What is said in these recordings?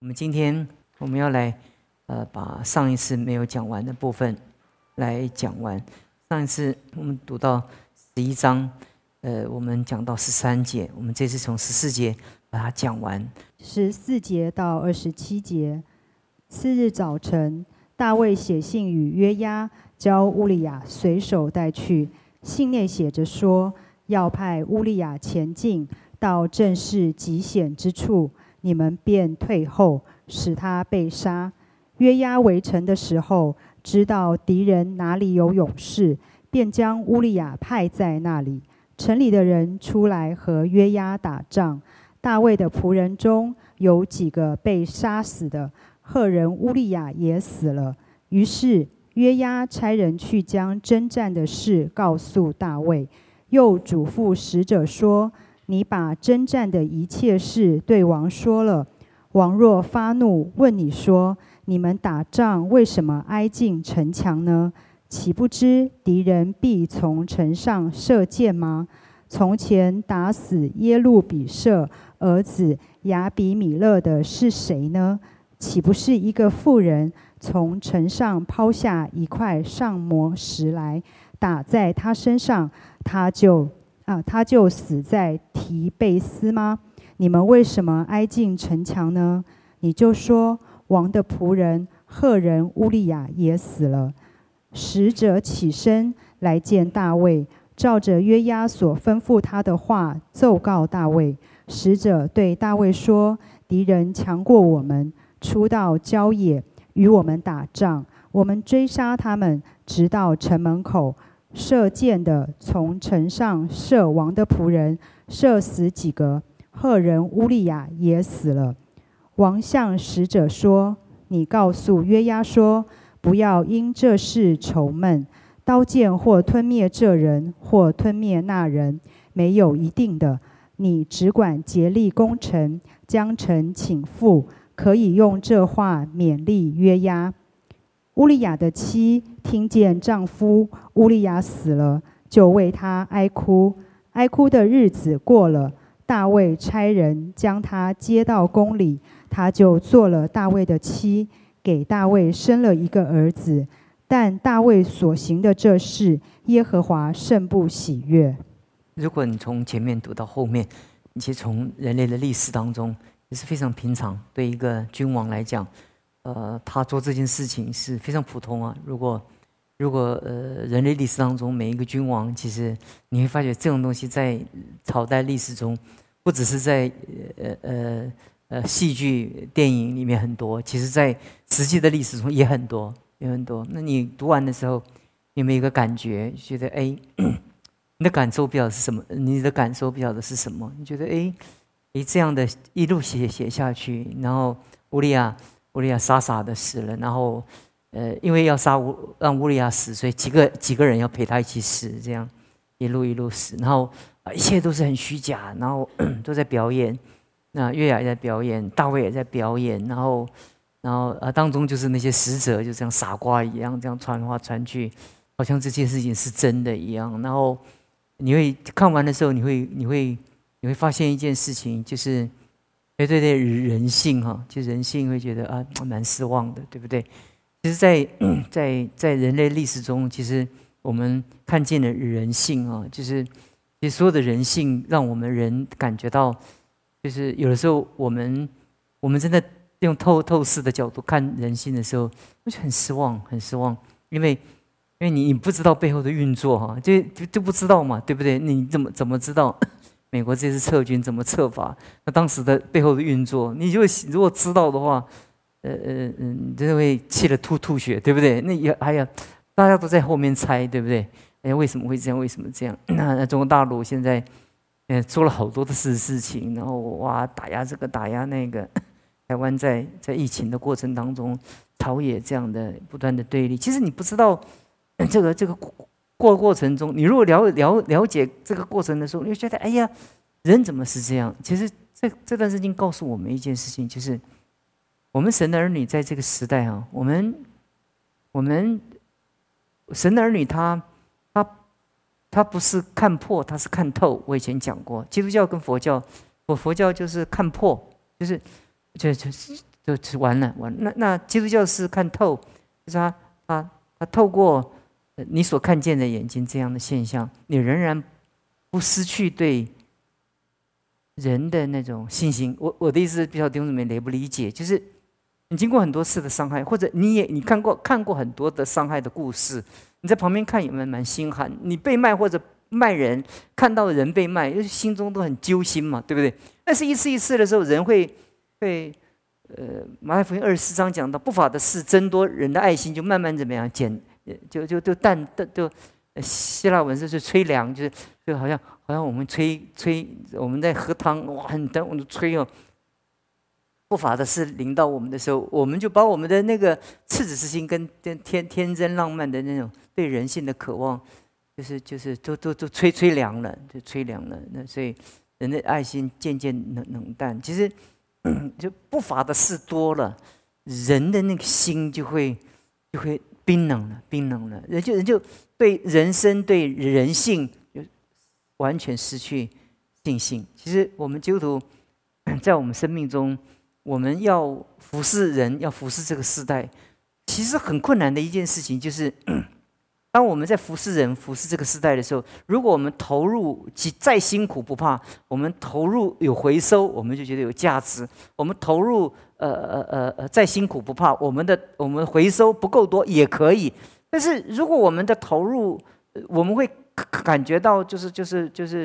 我们今天要来把上一次没有讲完的部分来讲完。上一次我们读到11章，我们讲到13节，我们这次从14节把它讲完。 14节到27节。次日早晨，大卫写信与约押，将乌利亚随手带去。信内写着说，要派乌利亚前进到正是极险之处，你们便退后，使他被杀。约押围城的时候，知道敌人哪里有勇士，便将乌利亚派在那里。城里的人出来和约押打仗，大卫的仆人中有几个被杀死的，赫人乌利亚也死了。于是约押差人去将征战的事告诉大卫，又嘱咐使者说，你把征战的一切事对王说了。王若发怒问你说，你们打仗为什么挨近城墙呢？岂不知敌人必从城上射箭吗？从前打死耶路比舍儿子亚比米勒的是谁呢？岂不是一个妇人从城上抛下一块上磨石来，打在他身上，他就死在提贝斯吗？你们为什么挨近城墙呢？你就说，王的仆人赫人乌利亚也死了。使者起身来见大卫，照着约押所吩咐他的话奏告大卫。使者对大卫说，敌人强过我们，出到郊野与我们打仗，我们追杀他们，直到城门口。射箭的从城上射王的仆人，射死几个，赫人乌利亚也死了。王向使者说，你告诉约押说，不要因这事愁闷，刀剑或吞灭这人，或吞灭那人，没有一定的。你只管竭力攻城，将城倾覆，可以用这话勉励约押。乌利亚的妻听见丈夫乌利亚死了，就为他哀哭。哀哭的日子过了，大卫差人将他接到宫里，他就做了大卫的妻，给大卫生了一个儿子。但大卫所行的这事，耶和华甚不喜悦。 如果你从前面读到后面，其实从人类的历史当中也是非常平常，对一个君王来讲，他做这件事情是非常普通啊。如果人类历史当中每一个君王，其实你会发觉这种东西在朝代历史中，不只是在戏剧电影里面很多，其实在实际的历史中也很多。那你读完的时候，有没有一个感觉，觉得你的感受不晓得是什么？你的感受不晓得是什么？你觉得这样的一路写下去，然后乌利亚傻傻的死了，然后因为要让乌利亚死，所以几个人要陪他一起死，这样一路死，然后一切都是很虚假，然后都在表演。那约雅也在表演，大卫也在表演，然后当中就是那些使者就这样傻瓜一样，这样传话传去，好像这件事情是真的一样。然后你会看完的时候，你会发现一件事情，就是对人性哈，就人性会觉得蛮失望的，对不对？其实在人类历史中，其实我们看见了人性啊，就是其实所有的人性让我们人感觉到，就是有的时候我们真的用透视的角度看人性的时候，我就很失望，因为你不知道背后的运作哈，就不知道嘛，对不对？你怎么知道美国这次撤军怎么撤法？那当时的背后的运作，你如果知道的话，你真的会气得吐血，对不对？那也大家都在后面猜，对不对？为什么会这样？为什么这样？那中国大陆现在做了好多的事情，然后哇打压这个打压那个。台湾在疫情的过程当中，朝野这样的不断的对立，其实你不知道这个过程中，你如果了解这个过程的时候，你会觉得人怎么是这样？其实这段圣经告诉我们一件事情，就是我们神的儿女在这个时代啊，我们神的儿女他不是看破，他是看透。我以前讲过，基督教跟佛教就是看破，就是就完了。那基督教是看透，就是他透过你所看见的眼睛这样的现象，你仍然不失去对人的那种信心。我的意思，不知道弟兄姊妹理不理解？就是你经过很多次的伤害，或者你看过很多的伤害的故事，你在旁边看有没有蛮心寒？你被卖或者卖人，看到人被卖，心中都很揪心嘛，对不对？但是一次一次的时候，人会马太福音24章讲到，不法的事增多，人的爱心就慢慢怎么样就希腊文是吹凉，就好像我们我们在喝汤，哇，很等我们吹哦。不法的事临到我们的时候，我们就把我们的那个赤子之心跟天真浪漫的那种对人性的渴望，就是都吹凉了，就吹凉了。那所以人的爱心渐渐冷淡。其实就不法的事多了，人的那个心就会冰冷了，人就对人生对人性就完全失去信心。其实我们基督徒在我们生命中，我们要服侍人，要服侍这个时代，其实很困难的一件事情，就是当我们在服侍人、服侍这个时代的时候，如果我们投入再辛苦不怕，我们投入有回收，我们就觉得有价值；我们投入再辛苦不怕，我们回收不够多也可以。但是如果我们的投入，我们会感觉到就是，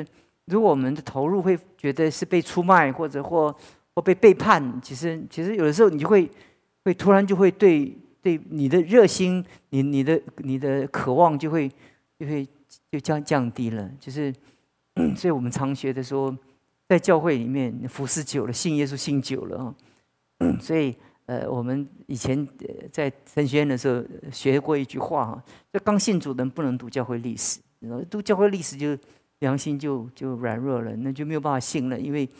如果我们的投入会觉得是被出卖或被背叛，其实有的时候你就会突然就会对你的热心，你的渴望就降低了。就是所以我们常学的说，在教会里面服侍久了，信耶稣信久了啊，所以我们以前在神学院的时候学过一句话哈，就刚信主的人不能读教会历史，读教会历史就良心就软弱了，那就没有办法信了，因为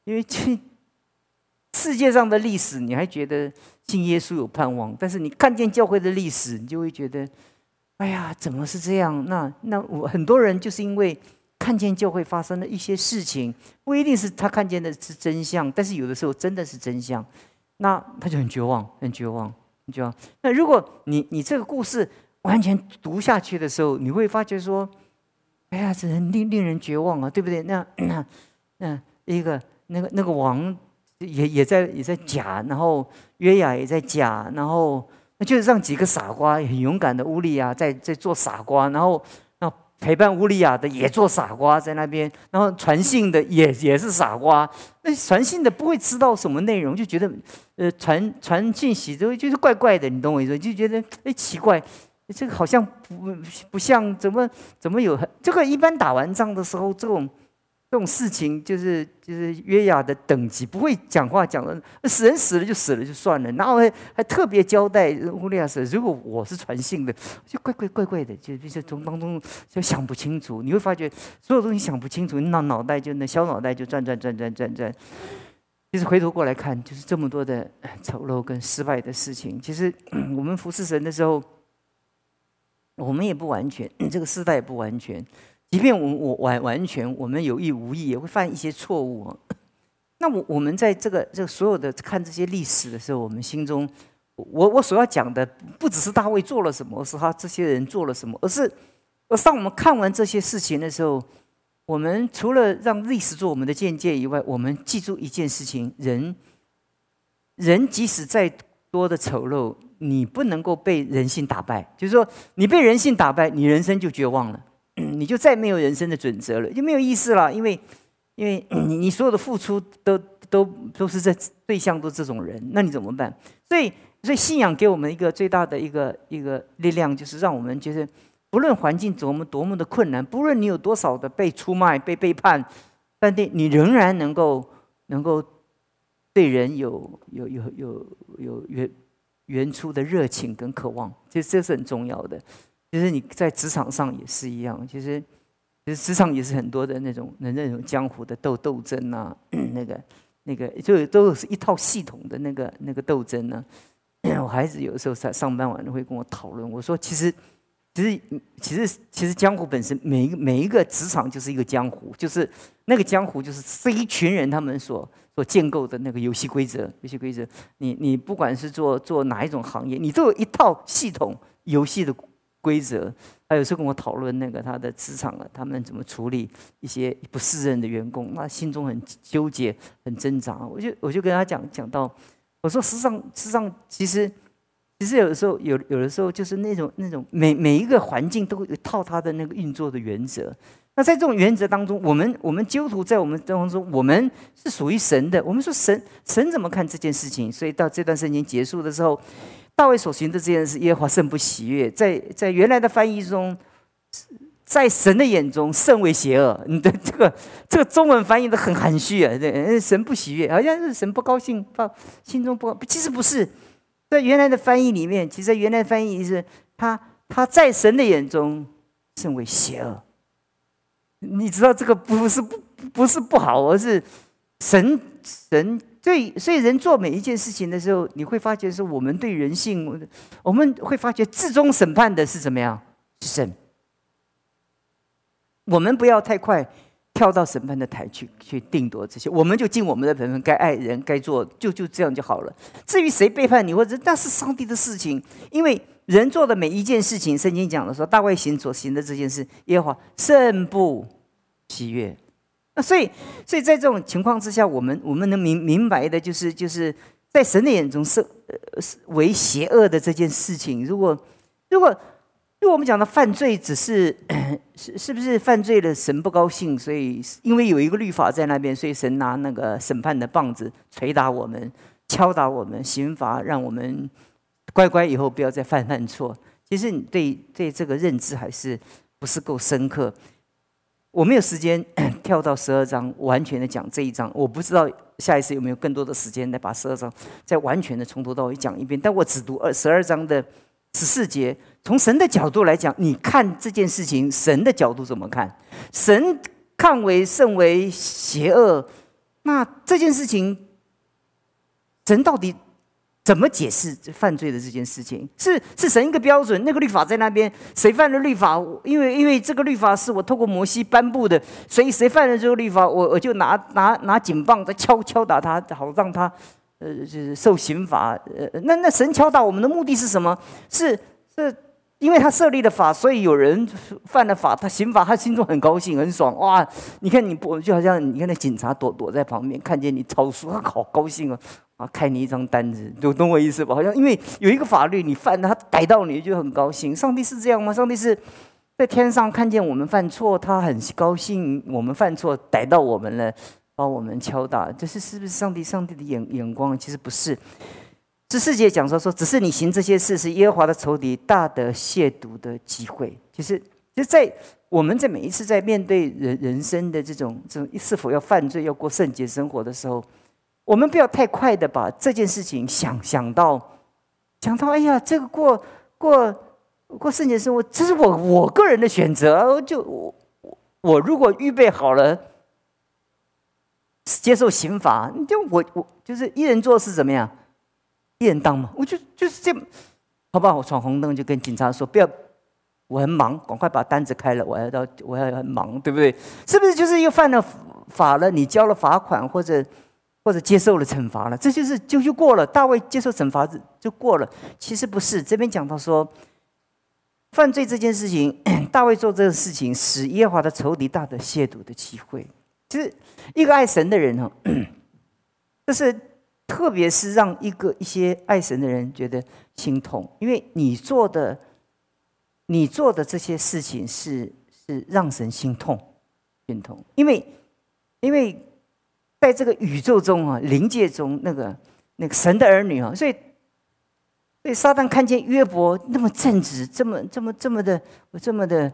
世界上的历史，你还觉得信耶稣有盼望，但是你看见教会的历史，你就会觉得，哎呀，怎么是这样？那很多人就是因为看见教会发生了一些事情，不一定是他看见的是真相，但是有的时候真的是真相，那他就很绝望。那如果你这个故事完全读下去的时候，你会发觉说，哎呀，这很令人绝望啊，对不对？那一个那个王。也在假，然后约雅也在假，然后那就是让几个傻瓜很勇敢的乌利亚在做傻瓜，然后陪伴乌利亚的也做傻瓜在那边，然后传信的也是傻瓜。那传信的不会知道什么内容，就觉得传信息就是怪怪的，你懂我意思？就觉得奇怪，这个好像不像怎么有这个一般打完仗的时候这种事情就是约雅的等级不会讲话讲的死人死了就死了就算了，然后还特别交代乌利亚说，如果我是传信的，就怪的，就从当中就想不清楚。你会发觉所有东西想不清楚，你小脑袋就转。其实回头过来看，就是这么多的丑陋跟失败的事情。其实我们服侍神的时候，我们也不完全，这个时代也不完全。即便我完全，我们有意无意也会犯一些错误啊。那我们在这个所有的看这些历史的时候，我们心中，我所要讲的不只是大卫做了什么，而是他这些人做了什么，而当我们看完这些事情的时候，我们除了让历史做我们的见解以外，我们记住一件事情：人即使再多的丑陋，你不能够被人性打败。就是说，你被人性打败，你人生就绝望了。你就再没有人生的准则了，就没有意思了，因为你所有的付出都是在对象都这种人，那你怎么办？所以信仰给我们一个最大的一个力量，就是让我们觉得，不论环境多么的困难，不论你有多少的被出卖、被背叛，但你仍然能够对人有原初的热情跟渴望，其实这是很重要的。其实你在职场上也是一样，其实职场也是很多的那种江湖的斗争啊，那个就都是一套系统的那个斗争呢。我孩子有时候上班完了会跟我讨论，我说其实其实江湖本身每一个职场就是一个江湖，就是那个江湖就是这一群人他们所建构的那个游戏规则。你不管是做哪一种行业，你都有一套系统游戏的规则。他有时候跟我讨论那个他的职场他们怎么处理一些不适任的员工，那心中很纠结很挣扎。我就跟他讲到，我说事实上其实有的时候就是那种每一个环境都有一套它的那个运作的原则。那在这种原则当中，我们基督徒在我们当中，我们是属于神的。我们说神怎么看这件事情？所以到这段圣经结束的时候，大卫所行的这件事，耶和华甚不喜悦。在原来的翻译中，在神的眼中甚为邪恶。你的这个中文翻译的很含蓄啊，对，神不喜悦，好像是神不高兴，心中不高，其实不是。在原来的翻译里面，其实在原来的翻译是他在神的眼中甚为邪恶。你知道这个不是不好，而是神对，所以人做每一件事情的时候，你会发觉是我们对人性，我们会发觉至终审判的是怎么样？是神。我们不要太快跳到审判的台去定夺这些，我们就尽我们的本分，该爱人该做，就这样就好了。至于谁背叛你，或者那是上帝的事情，因为人做的每一件事情，圣经讲的说，大卫所行的这件事，耶和华甚不喜悦。所以在这种情况之下，我们能明白的就是在神的眼中是为邪恶的这件事情。如果我们讲的犯罪只是是不是犯罪了神不高兴，所以因为有一个律法在那边，所以神拿那个审判的棒子捶打我们，敲打我们，刑罚让我们乖乖以后不要再犯错。其实你对这个认知还是不是够深刻。我没有时间跳到12章完全的讲这一章，我不知道下一次有没有更多的时间来把12章再完全的从头到尾讲一遍，但我只读12章的14节。从神的角度来讲，你看这件事情，神的角度怎么看？神看为甚为邪恶，那这件事情，神到底怎么解释犯罪的这件事情？是神一个标准，那个律法在那边，谁犯了律法？因为这个律法是我透过摩西颁布的，所以谁犯了这个律法，我就拿警棒再敲打他，好让他就是受刑罚。那神敲打我们的目的是什么？是因为他设立了法，所以有人犯了法，他刑罚，他心中很高兴很爽。哇！你看就好像你看那警察躲在旁边，看见你超速，他好高兴啊！开你一张单子，懂我意思吧？好像因为有一个法律你犯了，他逮到你就很高兴。上帝是这样吗？上帝是在天上看见我们犯错，他很高兴我们犯错，逮到我们了，把我们敲打。这是不是上帝的眼光？其实不是。14节讲说，只是你行这些事，是耶和华的仇敌大得亵渎的机会。就是在我们在每一次在面对人生的这种是否要犯罪、要过圣洁生活的时候，我们不要太快的把这件事情想到，哎呀，这个过圣洁生活，这是我个人的选择。我如果预备好了接受刑罚，我就是一人做事怎么样？一人当嘛，我就是这样，好不好？我闯红灯就跟警察说，不要，我很忙，赶快把单子开了，我要很忙，对不对？是不是就是又犯了法了？你交了罚款或者接受了惩罚了，这就过了。大卫接受惩罚就过了。其实不是，这边讲到说，犯罪这件事情，大卫做这个事情，使耶和华的仇敌大得亵渎的机会。就是一个爱神的人哦，这是。特别是让一些爱神的人觉得心痛，因为你做的这些事情是让神心痛，因为在这个宇宙中啊，灵界中那个神的儿女啊，所以撒旦看见约伯那么正直，这么的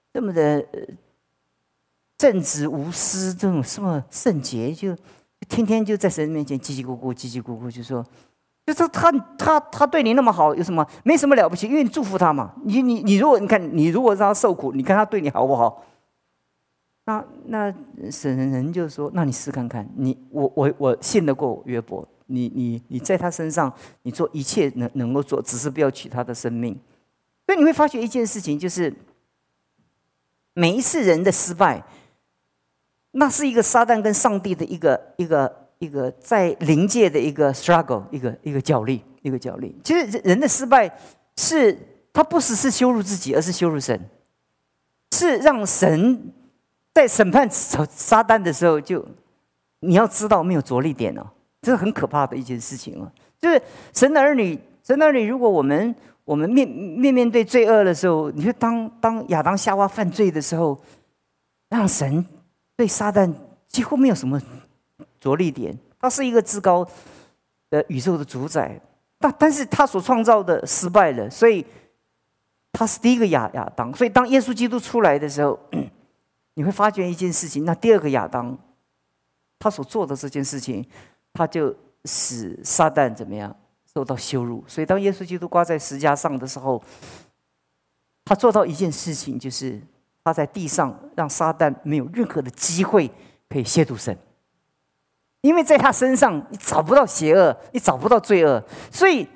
正直无私，这种什么圣洁就。天天就在神面前叽叽咕咕，就说他对你那么好，有什么？没什么了不起，因为你祝福他嘛。你如果让他受苦，你看他对你好不好？那神人就说，那你试看看，我信得过约伯，你在他身上，你做一切能够做，只是不要取他的生命。 所以你会发觉一件事情，就是每一次人的失败，那是一个撒旦跟上帝的一个在灵界的一个 struggle， 一个角力。其实人的失败是他不只是羞辱自己，而是羞辱神，是让神在审判撒旦的时候，就你要知道没有着力点哦，这是很可怕的一件事情哦。就是神的儿女，如果我们面对罪恶的时候，你说当亚当夏娃犯罪的时候，让神对撒旦几乎没有什么着力点，他是一个至高的宇宙的主宰，但是他所创造的失败了，所以他是第一个亚当。所以当耶稣基督出来的时候，你会发觉一件事情，那第二个亚当他所做的这件事情，他就使撒旦怎么样受到羞辱。所以当耶稣基督挂在十字架上的时候，他做到一件事情，就是他在地上让撒旦没有任何的机会可以亵渎神，因为在他身上你找不到邪恶，你找不到罪恶，所以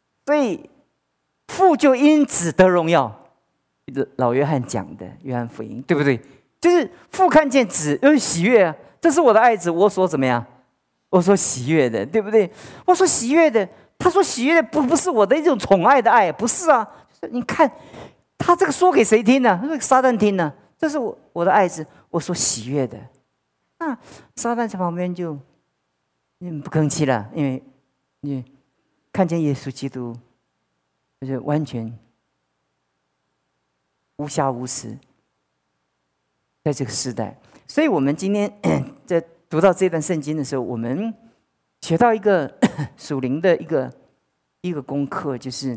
父就因子得荣耀。老约翰讲的约翰福音，对不对？就是父看见子又喜悦啊，这是我的爱子，我所怎么样？我说喜悦的，对不对？我说喜悦的，他说喜悦的不是我的一种宠爱的爱，不是啊。就是你看他这个说给谁听呢？说给撒旦听呢。这是我的爱子，我说喜悦的。那撒旦在旁边就不吭气了，因为你看见耶稣基督，就是完全无瑕无疵，在这个时代。所以我们今天在读到这段圣经的时候，我们学到一个属灵的一个功课，就是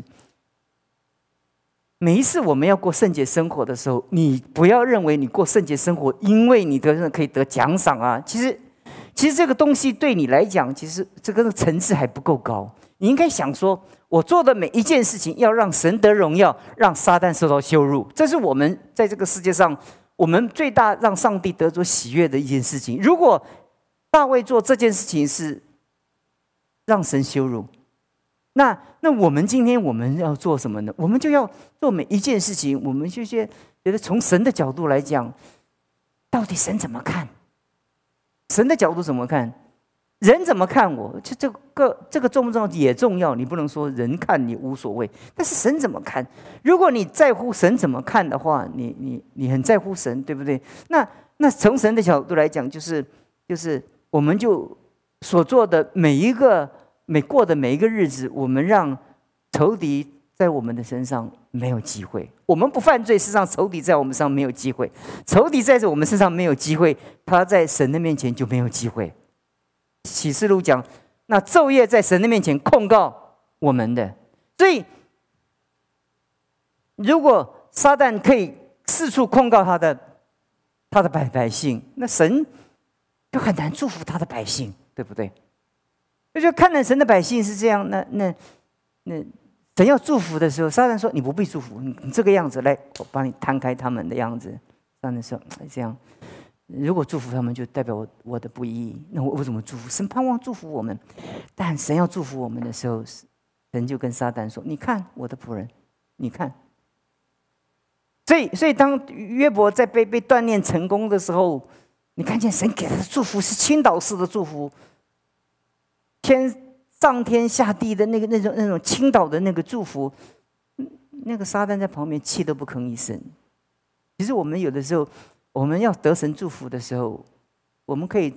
每一次我们要过圣洁生活的时候，你不要认为你过圣洁生活，因为你可以得奖赏啊。其实这个东西对你来讲，其实这个层次还不够高。你应该想说，我做的每一件事情要让神得荣耀，让撒旦受到羞辱，这是我们在这个世界上我们最大让上帝得着喜悦的一件事情。如果大卫做这件事情是让神羞辱，那我们今天我们要做什么呢？我们就要做每一件事情，我们就觉得从神的角度来讲，到底神怎么看？神的角度怎么看？人怎么看我？这个重不重要？也重要。你不能说人看你无所谓，但是神怎么看？如果你在乎神怎么看的话，你很在乎神，对不对？那从神的角度来讲，就是我们就所做的每过的每一个日子，我们让仇敌在我们的身上没有机会。我们不犯罪，事实上仇敌在我们身上没有机会。仇敌在我们身上没有机会，他在神的面前就没有机会。启示录讲，那昼夜在神的面前控告我们的。所以，如果撒旦可以四处控告他的百姓，那神就很难祝福他的百姓，对不对？就看到神的百姓是这样，那神要祝福的时候，撒旦说：“你不必祝福，你这个样子来，我帮你摊开他们的样子。”撒旦说：“这样。”如果祝福他们，就代表我的不义。那我为什么祝福？神盼望祝福我们，但神要祝福我们的时候，神就跟撒旦说：“你看我的仆人，你看。”所以当约伯在被锻炼成功的时候，你看见神给他的祝福是倾倒式的祝福，上天下地的那种倾倒的那个祝福，那个撒旦在旁边气都不吭一声。其实我们有的时候，我们要得神祝福的时候，我们可以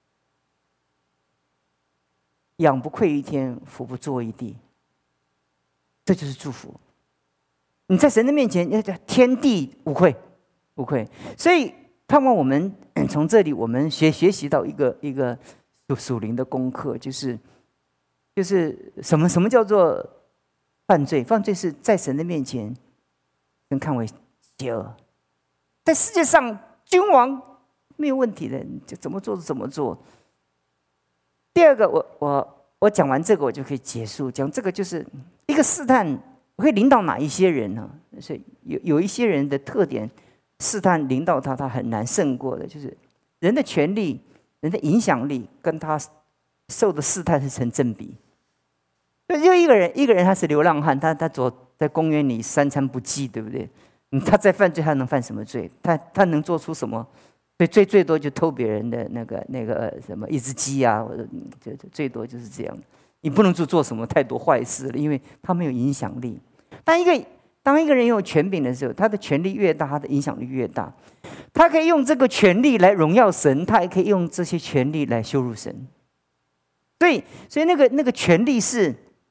仰不愧于天，俯不作于地，这就是祝福。你在神的面前，天地无愧，无愧。所以盼望我们从这里，我们学习到一个属灵的功课，就是什么叫做犯罪？犯罪是在神的面前，能看为邪恶。在世界上，君王没有问题的，就怎么做就怎么做。第二个，我讲完这个，我就可以结束。讲这个就是一个试探会领导哪一些人呢？所以有一些人的特点，试探领导他很难胜过的，就是人的权力、人的影响力跟他受的试探是成正比。就一个人他是流浪汉，他在公园里3餐不继，对不对？他再犯罪，他能犯什么罪？他能做出什么？最多就偷别人的那个什么一只鸡啊，或者最多就是这样。你不能做什么太多坏事了，因为他没有影响力。当一个人有权柄的时候，他的权力越大，他的影响力越大。他可以用这个权力来荣耀神，他也可以用这些权力来羞辱神。所以那个权力是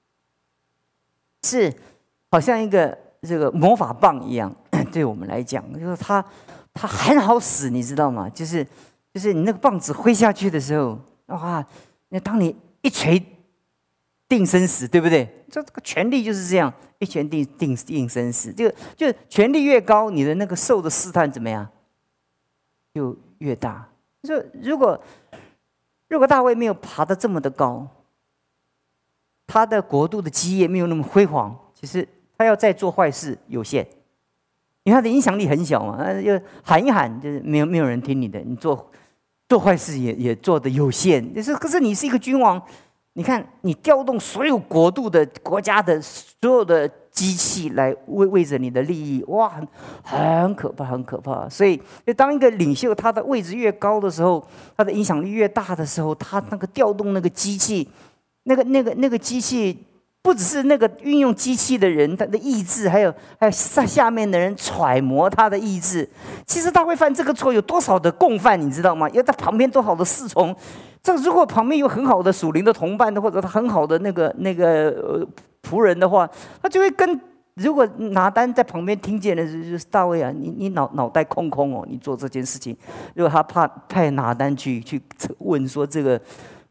好像一个这个魔法棒一样，对我们来讲，就是它很好使，你知道吗？就是你那个棒子挥下去的时候，哇，那当你一锤定生死，对不对？这个权力就是这样，一拳定生死。就权力越高，你的那个受的试探怎么样，就越大。就如果大卫没有爬得这么的高，他的国度的基业没有那么辉煌，其实他要再做坏事有限，因为他的影响力很小嘛。就喊一喊，就是没有人听你的。你做坏事也做的有限。可是你是一个君王，你看你调动所有国家的所有的机器来为着你的利益，哇，很可怕，很可怕。所以当一个领袖他的位置越高的时候，他的影响力越大的时候，他那个调动那个机器。那个机器，不只是那个运用机器的人他的意志，还有下面的人揣摩他的意志。其实他会犯这个错，有多少的共犯，你知道吗？有他旁边多少的侍从。这如果旁边有很好的属灵的同伴，或者他很好的那个仆人的话，他就会跟。如果拿单在旁边听见的就是大卫啊，你脑袋空空哦，你做这件事情。如果他派拿单去问说这个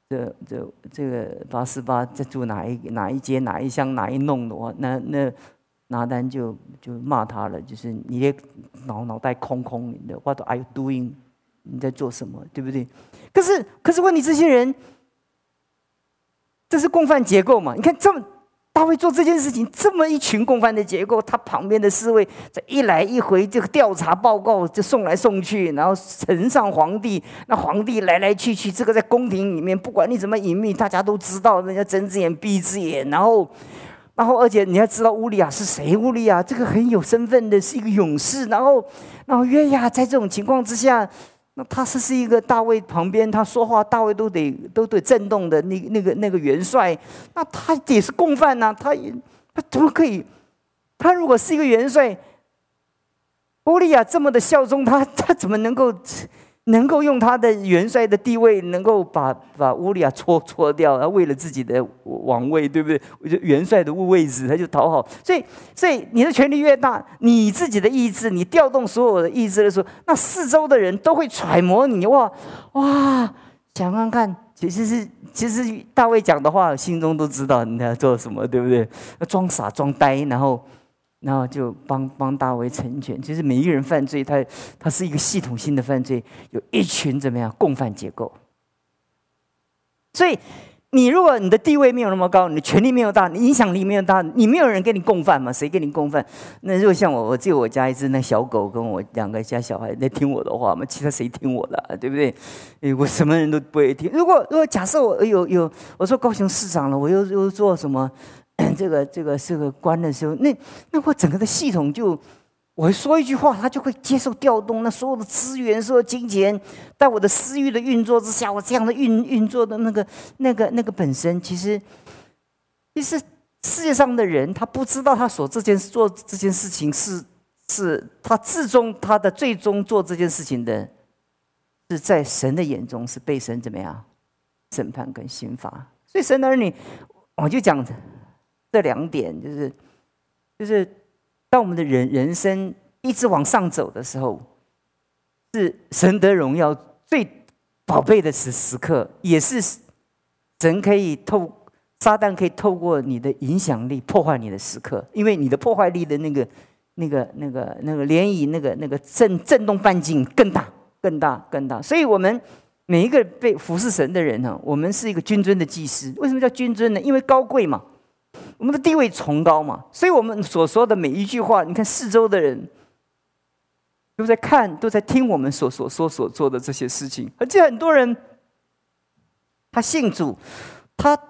88在住哪一街哪一乡哪一弄的话，那拿单就骂他了，就是你的脑袋空空，你的 What are you doing？ 你在做什么，对不对？可是问你这些人，这是共犯结构嘛？你看这么。大卫做这件事情，这么一群共犯的结构，他旁边的侍卫这一来一回，这个调查报告就送来送去，然后呈上皇帝，那皇帝来来去去，这个在宫廷里面，不管你怎么隐秘，大家都知道，人家睁只眼闭只眼，然后而且你要知道乌利亚是谁，乌利亚这个很有身份的，是一个勇士，然后约押在这种情况之下。那他是一个大卫旁边，他说话大卫都得震动的那个元帅，那他也是共犯呐、他怎么可以？他如果是一个元帅，乌利亚这么的效忠他怎么能够用他的元帅的地位，能够把乌利亚搓掉？他为了自己的王位，对不对？元帅的位置，他就讨好。所以你的权力越大，你自己的意志，你调动所有的意志的时候，那四周的人都会揣摩你。哇，想看看，其实大卫讲的话，心中都知道你在做什么，对不对？装傻装呆，然后就帮大卫成全。其实每一个人犯罪，他是一个系统性的犯罪，有一群怎么样共犯结构。所以如果你的地位没有那么高，你的权力没有大，你影响力没有大，你没有人跟你共犯嘛？谁跟你共犯？那如果像我只有我家一只那小狗跟我2个家小孩在听我的话嘛，其他谁听我的、啊，对不对？我什么人都不会听。如果假设我有我说高雄市长了，我又做什么？这个官的时候，那我整个的系统就，我说一句话，他就会接受调动，那所有的资源、所有金钱，在我的私欲的运作之下，我这样的运作的那个本身，其实世界上的人，他不知道他做这件事情是他他的最终做这件事情的，是在神的眼中是被神怎么样审判跟刑罚。所以神的儿女，我就讲这2点，就是当我们的人生一直往上走的时候，是神得荣耀最宝贝的时刻，也是神可以撒旦可以透过你的影响力破坏你的时刻，因为你的破坏力的那个涟漪，那个震动半径更大。所以我们每一个被服侍神的人呢，我们是一个君尊的祭司。为什么叫君尊呢？因为高贵嘛。我们的地位崇高嘛，所以我们所说的每一句话，你看四周的人都在看，都在听我们所说所做的这些事情。而且很多人他信主，他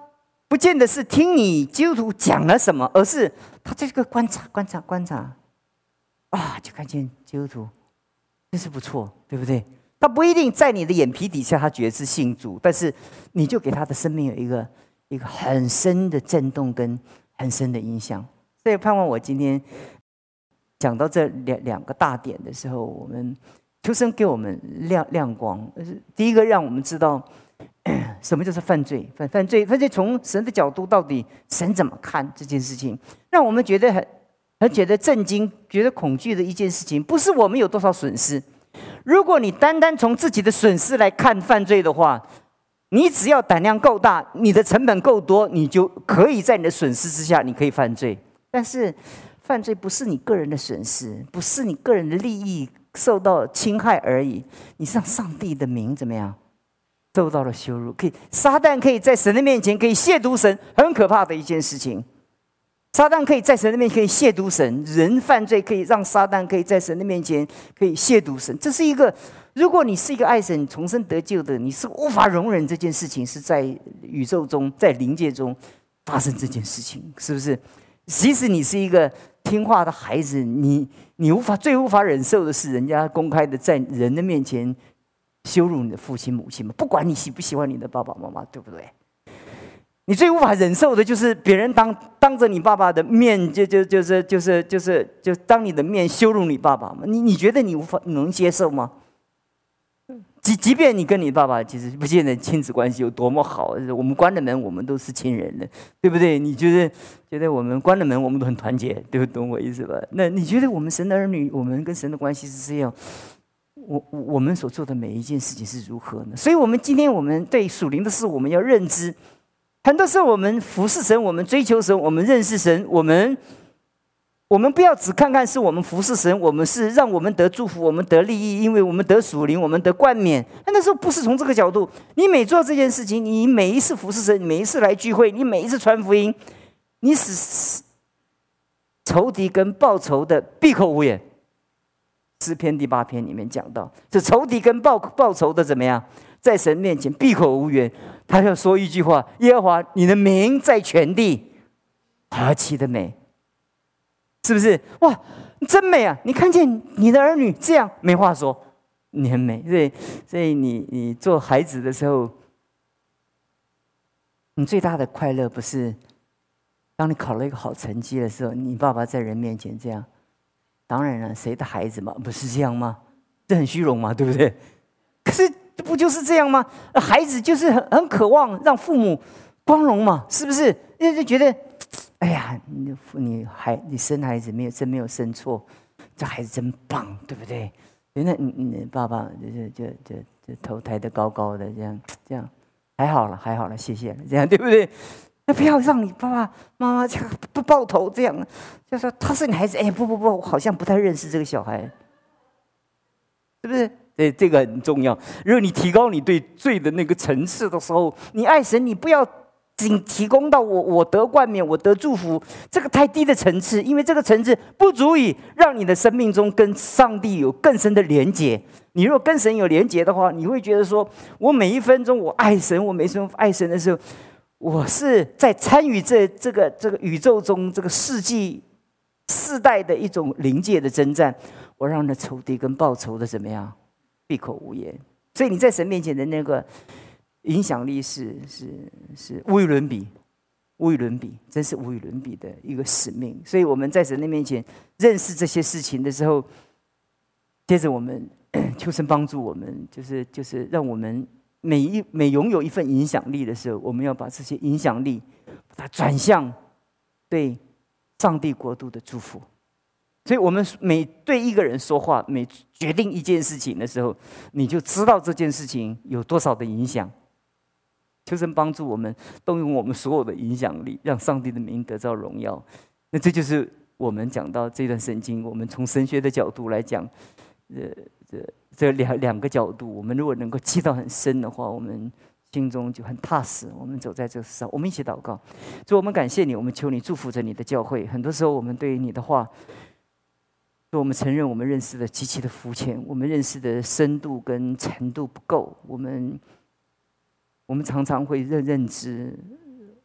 不见得是听你基督徒讲了什么，而是他这个观察啊，就看见基督徒真是不错，对不对？他不一定在你的眼皮底下他觉得是信主，但是你就给他的生命有一个很深的震动跟很深的影响。所以盼望我今天讲到这两个大点的时候，我们求神给我们亮光。第一个，让我们知道什么就是犯罪。犯罪从神的角度，到底神怎么看这件事情，让我们觉得很觉得震惊、觉得恐惧的一件事情，不是我们有多少损失。如果你单单从自己的损失来看犯罪的话，你只要胆量够大，你的成本够多，你就可以在你的损失之下，你可以犯罪。但是犯罪不是你个人的损失，不是你个人的利益受到侵害而已，你是让上帝的名怎么样受到了羞辱。撒旦可以在神的面前可以亵渎神，很可怕的一件事情。撒旦可以在神的面前可以亵渎神，人犯罪可以让撒旦可以在神的面前可以亵渎神。这是一个，如果你是一个爱神、重生得救的，你是无法容忍这件事情是在宇宙中、在灵界中发生这件事情，是不是？即使你是一个听话的孩子，你最无法忍受的是人家公开的在人的面前羞辱你的父亲母亲嘛？不管你喜不喜欢你的爸爸妈妈，对不对？你最无法忍受的就是别人当着你爸爸的面，就当你的面羞辱你爸爸嘛？你觉得你能接受吗？即便你跟你爸爸其实不见得亲子关系有多么好，我们关了门，我们都是亲人了，对不对？你觉得我们关了门，我们都很团结，对不对？懂我意思吧？那你觉得我们神的儿女，我们跟神的关系是这样？我们所做的每一件事情是如何呢？所以，今天我们对属灵的事，我们要认知。很多时候，我们服侍神，我们追求神，我们认识神，我们不要只看看是我们服侍神，我们是让我们得祝福，我们得利益，因为我们得属灵，我们得冠冕。那时候不是从这个角度。你每做这件事情，你每一次服侍神，你每一次来聚会，你每一次传福音，你使仇敌跟报仇的闭口无言。诗篇第8篇里面讲到，这仇敌跟报仇的怎么样，在神面前闭口无言。他要说一句话：耶和华，你的名在全地，何其的美！是不是？哇，真美啊！你看见你的儿女这样，没话说，你很美。所以你做孩子的时候，你最大的快乐不是当你考了一个好成绩的时候，你爸爸在人面前这样。当然了，谁的孩子嘛，不是这样吗？这很虚荣嘛，对不对？可是不就是这样吗？孩子就是很渴望让父母光荣嘛，是不是？因为就觉得，哎呀，你生孩子真没有生错，这孩子真棒，对不对？那你爸爸就头抬得高高的，这样，还好了，谢谢了，这样对不对？那不要让你爸爸妈妈不抱头这样，就说他是你孩子，哎，不，我好像不太认识这个小孩，是不是？对，这个很重要。如果你提高你对罪的那个层次的时候，你爱神，你不要仅提供到我得冠冕，我得祝福，这个太低的层次，因为这个层次不足以让你的生命中跟上帝有更深的连结。你如果跟神有连结的话，你会觉得说，我每一分钟我爱神，我每一分钟爱神的时候，我是在参与这个宇宙中这个世代的一种灵界的征战。我让那仇敌跟报仇的怎么样？闭口无言。所以你在神面前的那个影响力是无与伦比，真是无与伦比的一个使命。所以我们在神的面前认识这些事情的时候，接着我们求神帮助我们，就是让我们每拥有一份影响力的时候，我们要把这些影响力把它转向对上帝国度的祝福。所以我们每对一个人说话，每决定一件事情的时候，你就知道这件事情有多少的影响。求神帮助我们动用我们所有的影响力，让上帝的名得到荣耀。那这就是我们讲到这段圣经，我们从神学的角度来讲，这两个角度，我们如果能够记到很深的话，我们心中就很踏实。我们走在这世上，我们一起祷告。主，我们感谢你，我们求你祝福着你的教会。很多时候，我们对于你的话，我们承认我们认识的极其的肤浅，我们认识的深度跟程度不够。我们常常会认知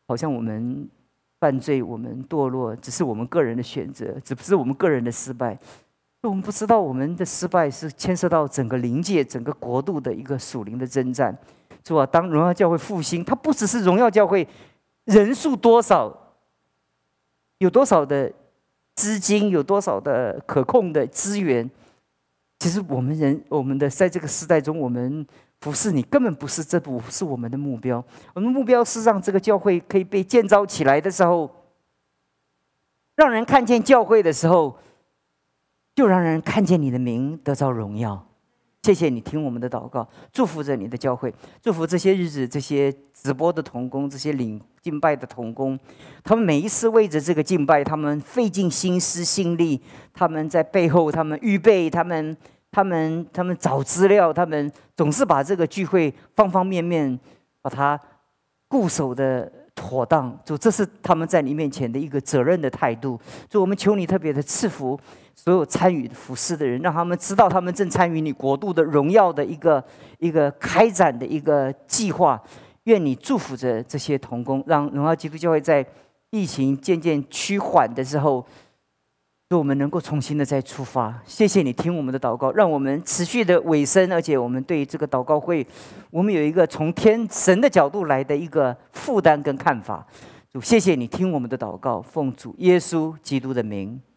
好像我们犯罪，我们堕落，只是我们个人的选择，只是我们个人的失败。我们不知道我们的失败是牵涉到整个灵界、整个国度的一个属灵的征战。主啊，当荣耀教会复兴，它不只是荣耀教会人数多少，有多少的资金，有多少的可控的资源。其实我们的在这个时代中，我们服侍你，根本不是，这不是我们的目标。我们的目标是让这个教会可以被建造起来的时候，让人看见教会的时候，就让人看见你的名得着荣耀。谢谢你听我们的祷告，祝福着你的教会，祝福这些日子这些直播的同工，这些领敬拜的同工，他们每一次为着这个敬拜，他们费尽心思心力，他们在背后，他们预备，他们找资料，他们总是把这个聚会方方面面把它固守的妥当。就这是他们在你面前的一个责任的态度。所以我们求你特别的赐福所有参与服事的人，让他们知道他们正参与你国度的荣耀的一个开展的一个计划。愿你祝福着这些同工，让荣耀基督教会在疫情渐渐趋缓的时候，让我们能够重新的再出发。谢谢你听我们的祷告，让我们持续的委身，而且我们对这个祷告会，我们有一个从神的角度来的一个负担跟看法。主，谢谢你听我们的祷告，奉主耶稣基督的名。